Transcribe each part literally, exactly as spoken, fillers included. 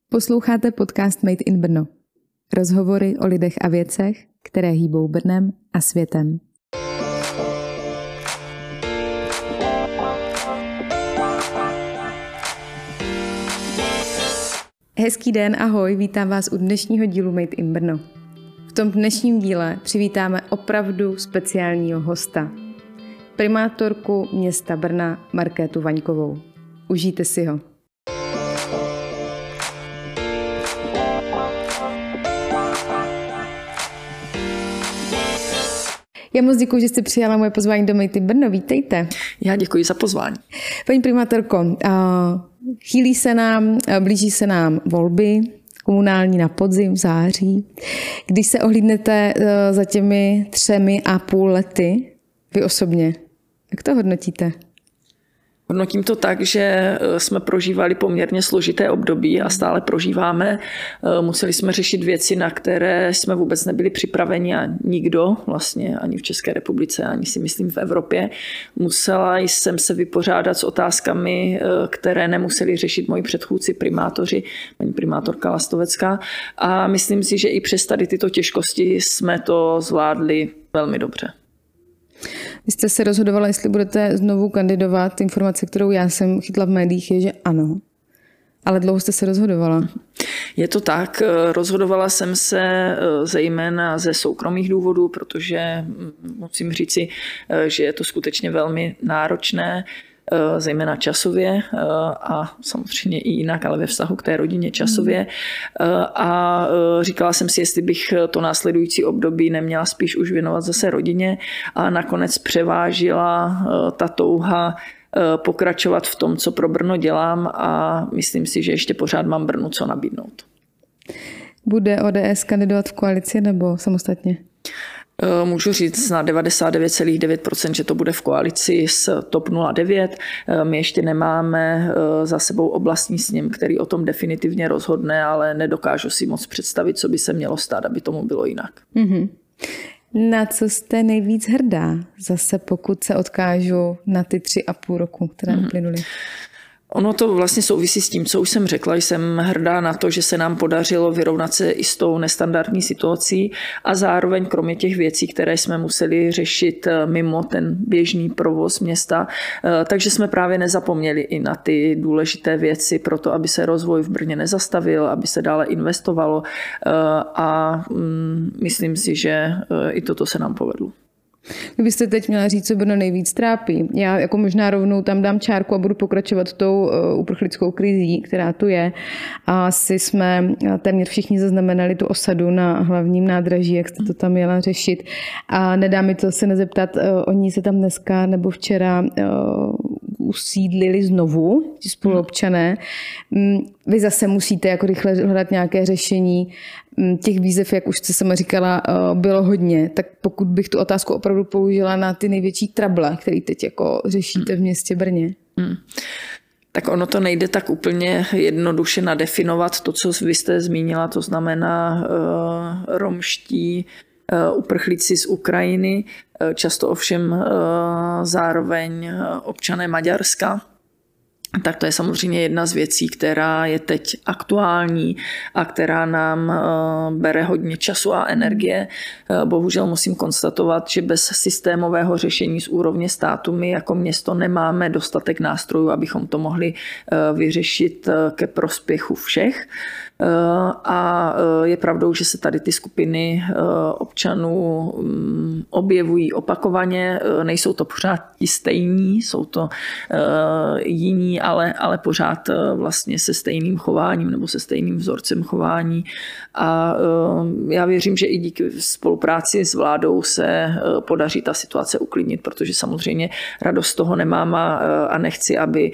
Posloucháte podcast Made in Brno. Rozhovory o lidech a věcech, které hýbou Brnem a světem. Hezký den, ahoj, vítám vás u dnešního dílu Made in Brno. V tom dnešním díle přivítáme opravdu speciálního hosta. Primátorku města Brna Markétu Vaňkovou. Užijte si ho. Já moc děkuji, že jste přijala moje pozvání do Made in Brno. Vítejte. Já děkuji za pozvání. Paní primátorko, chýlí se nám, blíží se nám volby komunální na podzim, v září. Když se ohlídnete za těmi třemi a půl lety, vy osobně, jak to hodnotíte? Hodnotím to tak, že jsme prožívali poměrně složité období a stále prožíváme. Museli jsme řešit věci, na které jsme vůbec nebyli připraveni a nikdo vlastně ani v České republice, ani si myslím v Evropě. Musela jsem se vypořádat s otázkami, které nemuseli řešit moji předchůdci primátoři, paní primátorka Lastovecká. A myslím si, že i přes tady tyto těžkosti jsme to zvládli velmi dobře. Vy jste se rozhodovala, jestli budete znovu kandidovat. Informace, kterou já jsem chytla v médiích, je, že ano. Ale dlouho jste se rozhodovala. Je to tak. Rozhodovala jsem se zejména ze soukromých důvodů, protože musím říci, že je to skutečně velmi náročné, zejména časově a samozřejmě i jinak, ale ve vztahu k té rodině časově. A říkala jsem si, jestli bych to následující období neměla spíš už věnovat zase rodině, a nakonec převážila ta touha pokračovat v tom, co pro Brno dělám, a myslím si, že ještě pořád mám Brnu co nabídnout. Bude O D S kandidovat v koalici nebo samostatně? Můžu říct na devadesát devět celá devět procent, že to bude v koalici s TOP nula devět. My ještě nemáme za sebou oblastní sněm, který o tom definitivně rozhodne, ale nedokážu si moc představit, co by se mělo stát, aby tomu bylo jinak. Mm-hmm. Na co jste nejvíc hrdá? Zase pokud se odkážu na ty tři a půl roku, které mm-hmm. uplynuly. Ono to vlastně souvisí s tím, co už jsem řekla. Jsem hrdá na to, že se nám podařilo vyrovnat se i s tou nestandardní situací, a zároveň kromě těch věcí, které jsme museli řešit mimo ten běžný provoz města, takže jsme právě nezapomněli i na ty důležité věci pro to, aby se rozvoj v Brně nezastavil, aby se dále investovalo, a myslím si, že i toto se nám povedlo. Kdybyste teď měla říct, co Brno nejvíc trápí. Já jako možná rovnou tam dám čárku a budu pokračovat tou uprchlickou krizí, která tu je. A asi jsme téměř všichni zaznamenali tu osadu na hlavním nádraží, jak jste to tam jela řešit. A nedá mi to se nezeptat, oni se tam dneska nebo včera usídlili znovu, ti spoluobčané. Vy zase musíte jako rychle hledat nějaké řešení. Těch výzev, jak už jste sama říkala, bylo hodně. Tak pokud bych tu otázku opravdu použila na ty největší trable, které teď jako řešíte v městě Brně. Hmm. Tak ono to nejde tak úplně jednoduše nadefinovat to, co vy jste zmínila, to znamená uh, romští uh, uprchlíci z Ukrajiny, uh, často ovšem uh, zároveň občané Maďarska. Tak to je samozřejmě jedna z věcí, která je teď aktuální a která nám bere hodně času a energie. Bohužel musím konstatovat, že bez systémového řešení z úrovně státu my jako město nemáme dostatek nástrojů, abychom to mohli vyřešit ke prospěchu všech. A je pravdou, že se tady ty skupiny občanů objevují opakovaně. Nejsou to pořád ti stejní, jsou to jiní, ale, ale pořád vlastně se stejným chováním nebo se stejným vzorcem chování. A já věřím, že i díky spolupráci s vládou se podaří ta situace uklidnit, protože samozřejmě radost toho nemám a, a nechci, aby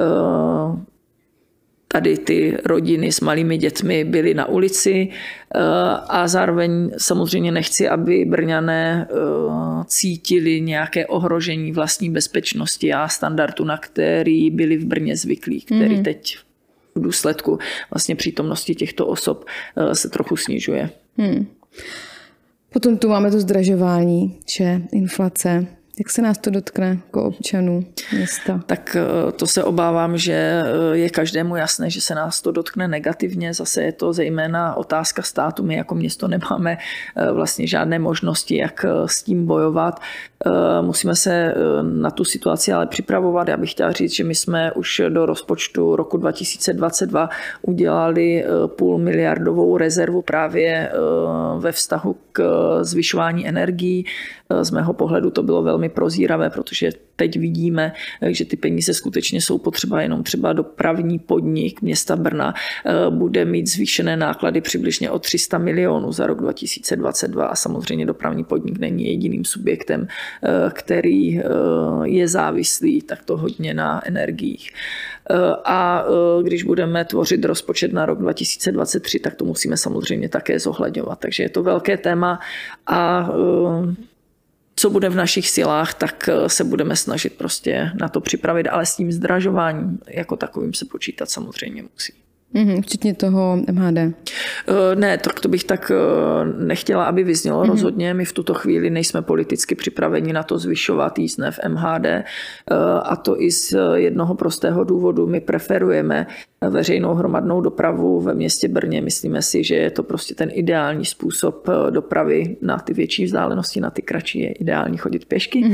tady ty rodiny s malými dětmi byly na ulici, a zároveň samozřejmě nechci, aby Brňané cítili nějaké ohrožení vlastní bezpečnosti a standardu, na který byli v Brně zvyklí, který mm-hmm. teď v důsledku vlastně přítomnosti těchto osob se trochu snižuje. Hmm. Potom tu máme to zdražování, že inflace. Jak se nás to dotkne jako občanů města? Tak to se obávám, že je každému jasné, že se nás to dotkne negativně. Zase je to zejména otázka státu. My jako město nemáme vlastně žádné možnosti, jak s tím bojovat. Musíme se na tu situaci ale připravovat. Já bych chtěla říct, že my jsme už do rozpočtu roku dva tisíce dvacet dva udělali půl miliardovou rezervu právě ve vztahu k zvyšování energií. Z mého pohledu to bylo velmi prozíravé, protože teď vidíme, že ty peníze skutečně jsou potřeba. Jenom třeba dopravní podnik města Brna bude mít zvýšené náklady přibližně o tři sta milionů za rok dva tisíce dvacet dva a samozřejmě dopravní podnik není jediným subjektem, který je závislý takto hodně na energiích. A když budeme tvořit rozpočet na rok dva tisíce dvacet tři, tak to musíme samozřejmě také zohledňovat. Takže je to velké téma a co bude v našich silách, tak se budeme snažit prostě na to připravit, ale s tím zdražováním jako takovým se počítat samozřejmě musí. Mm, včetně toho M H D. Ne, to, to bych tak nechtěla, aby vyznělo. Mm. Rozhodně my v tuto chvíli nejsme politicky připraveni na to zvyšovat jízdné v M H D a to i z jednoho prostého důvodu. My preferujeme veřejnou hromadnou dopravu ve městě Brně. Myslíme si, že je to prostě ten ideální způsob dopravy na ty větší vzdálenosti, na ty kratší je ideální chodit pěšky.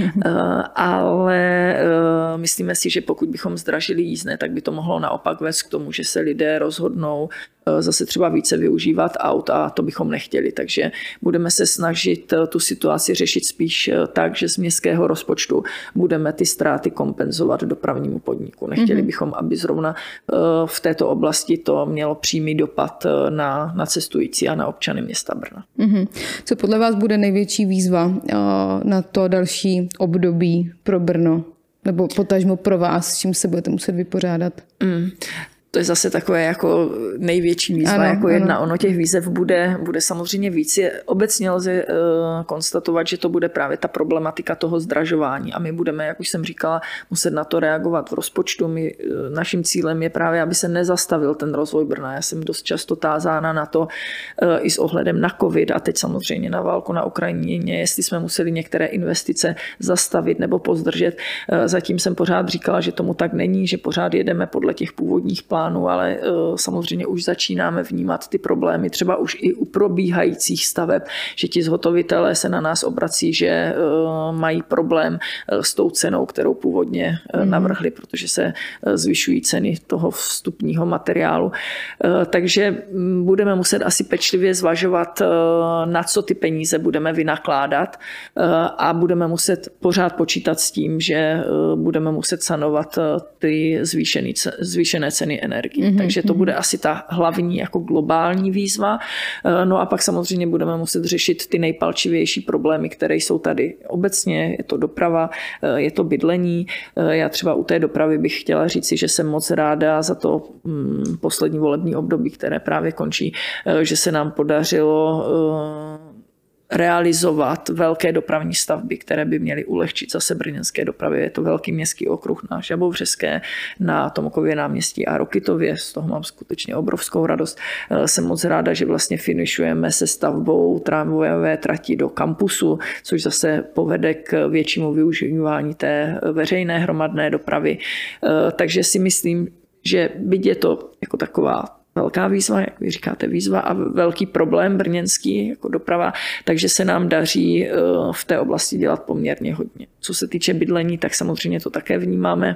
Ale myslíme si, že pokud bychom zdražili jízdné, tak by to mohlo naopak vést k tomu, že se lidé rozhodnou zase třeba více využívat aut a to bychom nechtěli. Takže budeme se snažit tu situaci řešit spíš tak, že z městského rozpočtu budeme ty ztráty kompenzovat dopravnímu podniku. Nechtěli bychom, aby zrovna v této oblasti to mělo přímý dopad na, na cestující a na občany města Brna. Co podle vás bude největší výzva na to další období pro Brno? Nebo potažmo pro vás, s čím se budete muset vypořádat? Mm. To je zase takové jako největší výzva, ano, jako jedna. Ano. Ono těch výzev bude, bude samozřejmě víc. Je, obecně lze uh, konstatovat, že to bude právě ta problematika toho zdražování a my budeme, jak už jsem říkala, muset na to reagovat v rozpočtu. My, uh, naším cílem je právě, aby se nezastavil ten rozvoj Brna. Já jsem dost často tázána na to uh, i s ohledem na covid a teď samozřejmě na válku na Ukrajině, jestli jsme museli některé investice zastavit nebo pozdržet. Uh, zatím jsem pořád říkala, že tomu tak není, že pořád jedeme podle těch původních plánů, ale samozřejmě už začínáme vnímat ty problémy, třeba už i u probíhajících staveb, že ti zhotovitelé se na nás obrací, že mají problém s tou cenou, kterou původně navrhli, protože se zvyšují ceny toho vstupního materiálu. Takže budeme muset asi pečlivě zvažovat, na co ty peníze budeme vynakládat a budeme muset pořád počítat s tím, že budeme muset sanovat ty zvýšené, zvýšené ceny energii. Mm-hmm. Takže to bude asi ta hlavní jako globální výzva. No a pak samozřejmě budeme muset řešit ty nejpalčivější problémy, které jsou tady obecně. Je to doprava, je to bydlení. Já třeba u té dopravy bych chtěla říci, že jsem moc ráda za to poslední volební období, které právě končí, že se nám podařilo realizovat velké dopravní stavby, které by měly ulehčit zase brněnské dopravě. Je to velký městský okruh na Žabovřeské, na Tomkově náměstí a Rokytově. Z toho mám skutečně obrovskou radost. Jsem moc ráda, že vlastně finišujeme se stavbou tramvajové trati do kampusu, což zase povede k většímu využívání té veřejné hromadné dopravy. Takže si myslím, že byť je to jako taková velká výzva, jak vy říkáte, výzva a velký problém brněnský jako doprava, takže se nám daří v té oblasti dělat poměrně hodně. Co se týče bydlení, tak samozřejmě to také vnímáme,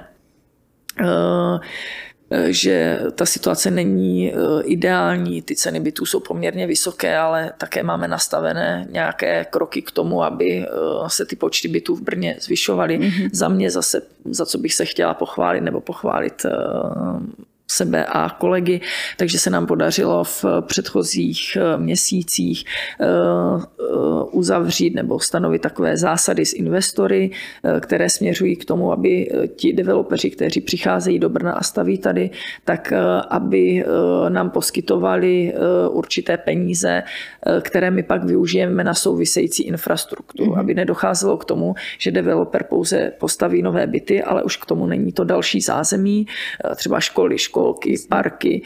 že ta situace není ideální, ty ceny bytů jsou poměrně vysoké, ale také máme nastavené nějaké kroky k tomu, aby se ty počty bytů v Brně zvyšovaly. Mm-hmm. Za mě zase, za co bych se chtěla pochválit nebo pochválit sebe a kolegy, takže se nám podařilo v předchozích měsících uzavřít nebo stanovit takové zásady s investory, které směřují k tomu, aby ti developeři, kteří přicházejí do Brna a staví tady, tak aby nám poskytovali určité peníze, které my pak využijeme na související infrastrukturu, mm. aby nedocházelo k tomu, že developer pouze postaví nové byty, ale už k tomu není to další zázemí, třeba školy, školy školky, parky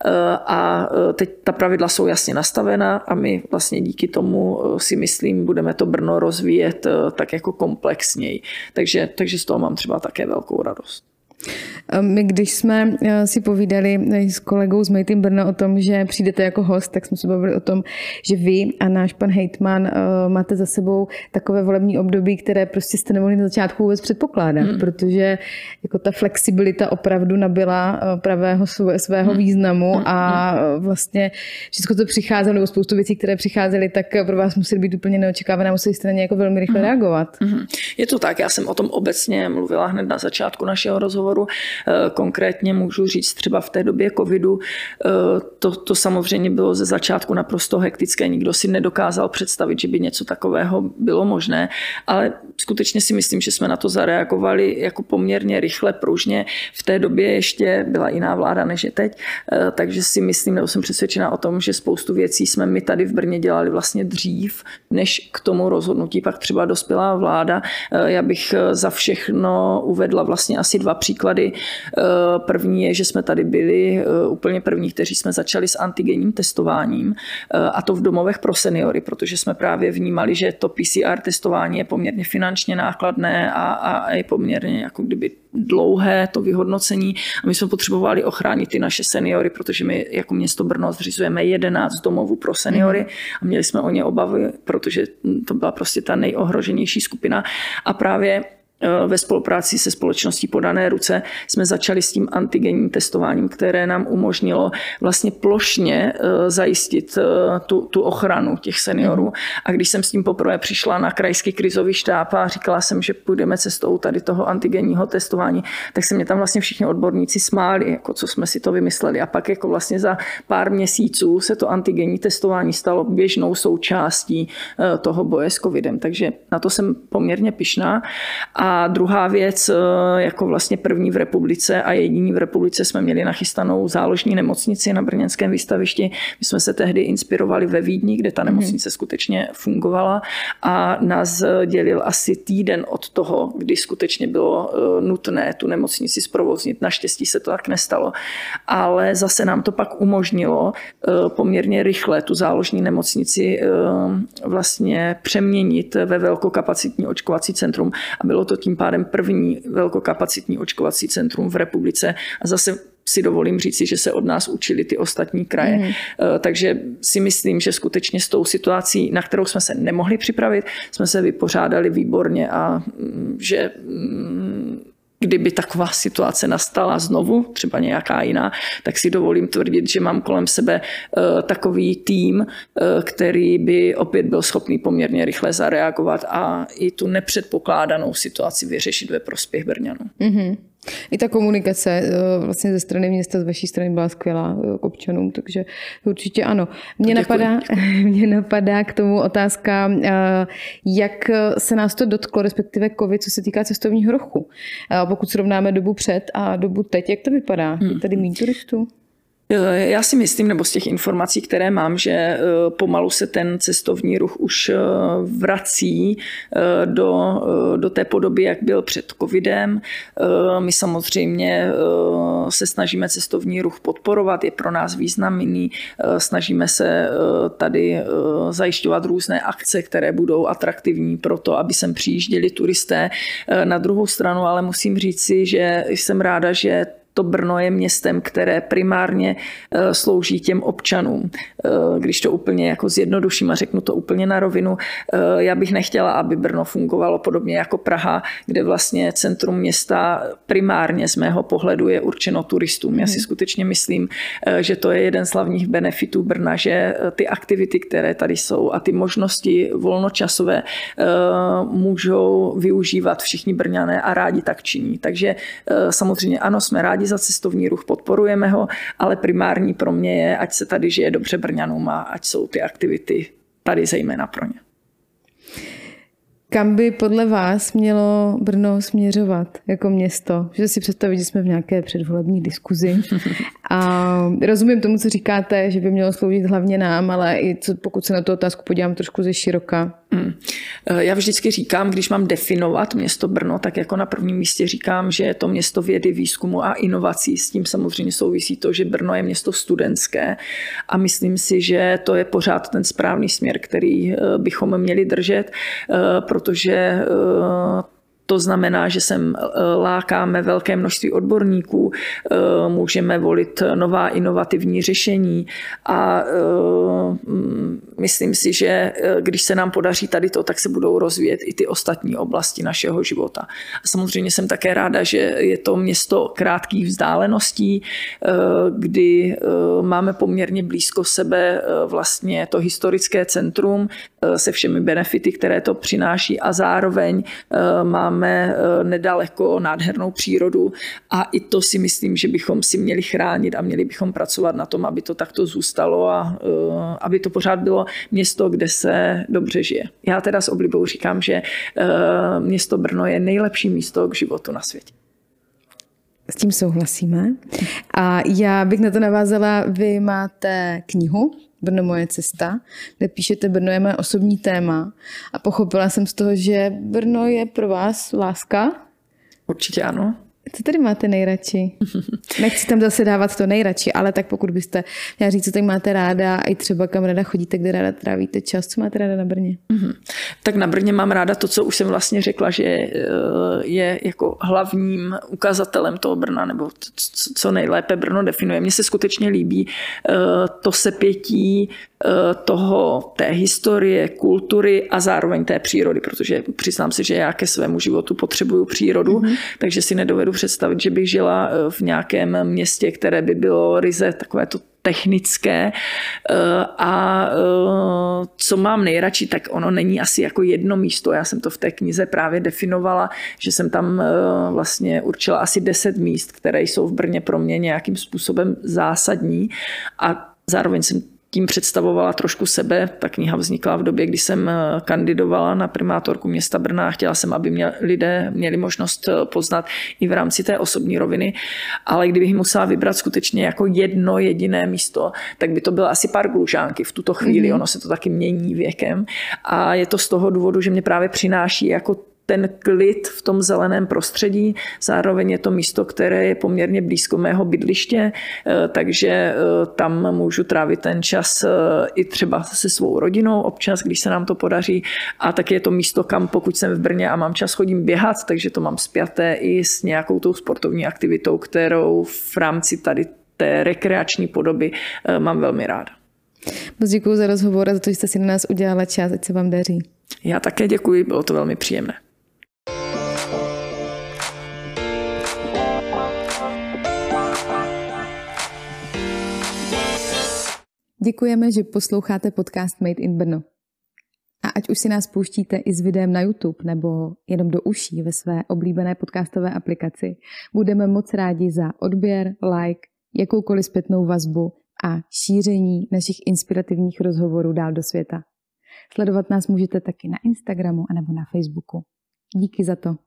a teď ta pravidla jsou jasně nastavena a my vlastně díky tomu si myslím, budeme to Brno rozvíjet tak jako komplexněji. Takže, takže z toho mám třeba také velkou radost. My, když jsme si povídali s kolegou z Made in Brno o tom, že přijdete jako host, tak jsme se bavili o tom, že vy a náš pan hejtman máte za sebou takové volební období, které prostě jste nemohli na začátku vůbec předpokládat, hmm. protože jako ta flexibilita opravdu nabyla pravého svého hmm. významu hmm. a vlastně všechno to přicházelo, nebo spoustu věcí, které přicházely, tak pro vás musely být úplně neočekávané, museli jste na ně jako velmi rychle hmm. reagovat. Hmm. Je to tak, já jsem o tom obecně mluvila hned na začátku našeho rozhovoru. Konkrétně můžu říct třeba v té době covidu, to, to samozřejmě bylo ze začátku naprosto hektické, nikdo si nedokázal představit, že by něco takového bylo možné, ale skutečně si myslím, že jsme na to zareagovali jako poměrně rychle, pružně. V té době ještě byla jiná vláda než je teď, takže si myslím, nebo jsem přesvědčena o tom, že spoustu věcí jsme my tady v Brně dělali vlastně dřív, než k tomu rozhodnutí pak třeba dospělá vláda. Já bych za všechno uvedla vlastně asi dva příklady. První je, že jsme tady byli úplně první, kteří jsme začali s antigenním testováním, a to v domovech pro seniory, protože jsme právě vnímali, že to P C R testování je poměrně finančně nákladné a, a je poměrně jako kdyby dlouhé to vyhodnocení a my jsme potřebovali ochránit ty naše seniory, protože my jako město Brno zřizujeme jedenáct domovů pro seniory mm. a měli jsme o ně obavy, protože to byla prostě ta nejohroženější skupina a právě ve spolupráci se společností Podané ruce jsme začali s tím antigenním testováním, které nám umožnilo vlastně plošně zajistit tu, tu ochranu těch seniorů. A když jsem s tím poprvé přišla na krajský krizový štáb a říkala jsem, že půjdeme cestou tady toho antigenního testování, tak se mě tam vlastně všichni odborníci smáli, jako co jsme si to vymysleli. A pak jako vlastně za pár měsíců se to antigenní testování stalo běžnou součástí toho boje s covidem. Takže na to jsem poměrně pyšná. A A druhá věc, jako vlastně první v republice a jediní v republice jsme měli nachystanou záložní nemocnici na brněnském výstavišti. My jsme se tehdy inspirovali ve Vídni, kde ta nemocnice skutečně fungovala a nás dělil asi týden od toho, kdy skutečně bylo nutné tu nemocnici zprovoznit. Naštěstí se to tak nestalo, ale zase nám to pak umožnilo poměrně rychle tu záložní nemocnici vlastně přeměnit ve velkokapacitní očkovací centrum a bylo to tím pádem první velkokapacitní očkovací centrum v republice a zase si dovolím říci, že se od nás učili ty ostatní kraje. Mm. Takže si myslím, že skutečně s tou situací, na kterou jsme se nemohli připravit, jsme se vypořádali výborně a že kdyby taková situace nastala znovu, třeba nějaká jiná, tak si dovolím tvrdit, že mám kolem sebe takový tým, který by opět byl schopný poměrně rychle zareagovat a i tu nepředpokládanou situaci vyřešit ve prospěch Brňanů. Mm-hmm. I ta komunikace vlastně ze strany města, z vaší strany byla skvělá k občanům, takže určitě ano. Mě napadá, mě napadá k tomu otázka, jak se nás to dotklo, respektive covid, co se týká cestovního ruchu. Pokud srovnáme dobu před a dobu teď, jak to vypadá? Je tady méně turistů? Já si myslím, nebo z těch informací, které mám, že pomalu se ten cestovní ruch už vrací do, do té podoby, jak byl před covidem. My samozřejmě se snažíme cestovní ruch podporovat, je pro nás významný. Snažíme se tady zajišťovat různé akce, které budou atraktivní pro to, aby sem přijížděli turisté. Na druhou stranu ale musím říci, že jsem ráda, že to Brno je městem, které primárně slouží těm občanům. Když to úplně jako zjednoduším a řeknu to úplně na rovinu, já bych nechtěla, aby Brno fungovalo podobně jako Praha, kde vlastně centrum města primárně z mého pohledu je určeno turistům. Já si skutečně myslím, že to je jeden z hlavních benefitů Brna, že ty aktivity, které tady jsou a ty možnosti volnočasové můžou využívat všichni Brňané a rádi tak činí. Takže samozřejmě ano, jsme rádi za cestovní ruch, podporujeme ho, ale primární pro mě je, ať se tady žije dobře Brňanům a ať jsou ty aktivity tady zejména pro ně. Kam by podle vás mělo Brno směřovat jako město? Že si představit, že jsme v nějaké předvolební diskuzi. A No, rozumím tomu, co říkáte, že by mělo sloužit hlavně nám, ale i co, pokud se na tu otázku podívám trošku ze široka. Hmm. Já vždycky říkám, když mám definovat město Brno, tak jako na prvním místě říkám, že je to město vědy, výzkumu a inovací. S tím samozřejmě souvisí to, že Brno je město studentské a myslím si, že to je pořád ten správný směr, který bychom měli držet, protože to znamená, že sem lákáme velké množství odborníků, můžeme volit nová inovativní řešení a myslím si, že když se nám podaří tady to, tak se budou rozvíjet i ty ostatní oblasti našeho života. A samozřejmě jsem také ráda, že je to město krátkých vzdáleností, kdy máme poměrně blízko sebe vlastně to historické centrum se všemi benefity, které to přináší a zároveň máme Máme nedaleko nádhernou přírodu a i to si myslím, že bychom si měli chránit a měli bychom pracovat na tom, aby to takto zůstalo a aby to pořád bylo město, kde se dobře žije. Já teda s oblibou říkám, že město Brno je nejlepší místo k životu na světě. S tím souhlasíme. A já bych na to navázala, vy máte knihu Brno moje cesta, kde píšete Brno je moje osobní téma a pochopila jsem z toho, že Brno je pro vás láska. Určitě ano. Co tady máte nejradši? Nechci tam zase dávat to nejradši, ale tak pokud byste měla říct, co tady máte ráda a i třeba kam ráda chodíte, kde ráda trávíte čas, co máte ráda na Brně? Mm-hmm. Tak na Brně mám ráda to, co už jsem vlastně řekla, že je jako hlavním ukazatelem toho Brna, nebo co nejlépe Brno definuje. Mně se skutečně líbí to sepětí toho, té historie, kultury a zároveň té přírody, protože přiznám se, že já ke svému životu potřebuju přírodu, mm-hmm. takže si nedovedu představit, že bych žila v nějakém městě, které by bylo ryze takové to technické a co mám nejradši, tak ono není asi jako jedno místo. Já jsem to v té knize právě definovala, že jsem tam vlastně určila asi deset míst, které jsou v Brně pro mě nějakým způsobem zásadní a zároveň jsem tím představovala trošku sebe. Ta kniha vznikla v době, kdy jsem kandidovala na primátorku města Brna a chtěla jsem, aby mě lidé měli možnost poznat i v rámci té osobní roviny. Ale kdybych musela vybrat skutečně jako jedno jediné místo, tak by to bylo asi Park Lužánky v tuto chvíli. Mm-hmm. Ono se to taky mění věkem. A je to z toho důvodu, že mě právě přináší jako ten klid v tom zeleném prostředí. Zároveň je to místo, které je poměrně blízko mého bydliště, takže tam můžu trávit ten čas i třeba se svou rodinou občas, když se nám to podaří. A taky je to místo, kam pokud jsem v Brně a mám čas, chodím běhat, takže to mám spjaté i s nějakou tou sportovní aktivitou, kterou v rámci tady té rekreační podoby mám velmi ráda. Moc děkuji za rozhovor a za to, že jste si na nás udělala čas, ať se vám daří. Já také děkuji, bylo to velmi příjemné. Děkujeme, že posloucháte podcast Made in Brno. A ať už si nás pouštíte i s videem na YouTube nebo jenom do uší ve své oblíbené podcastové aplikaci, budeme moc rádi za odběr, like, jakoukoliv zpětnou vazbu a šíření našich inspirativních rozhovorů dál do světa. Sledovat nás můžete taky na Instagramu anebo na Facebooku. Díky za to.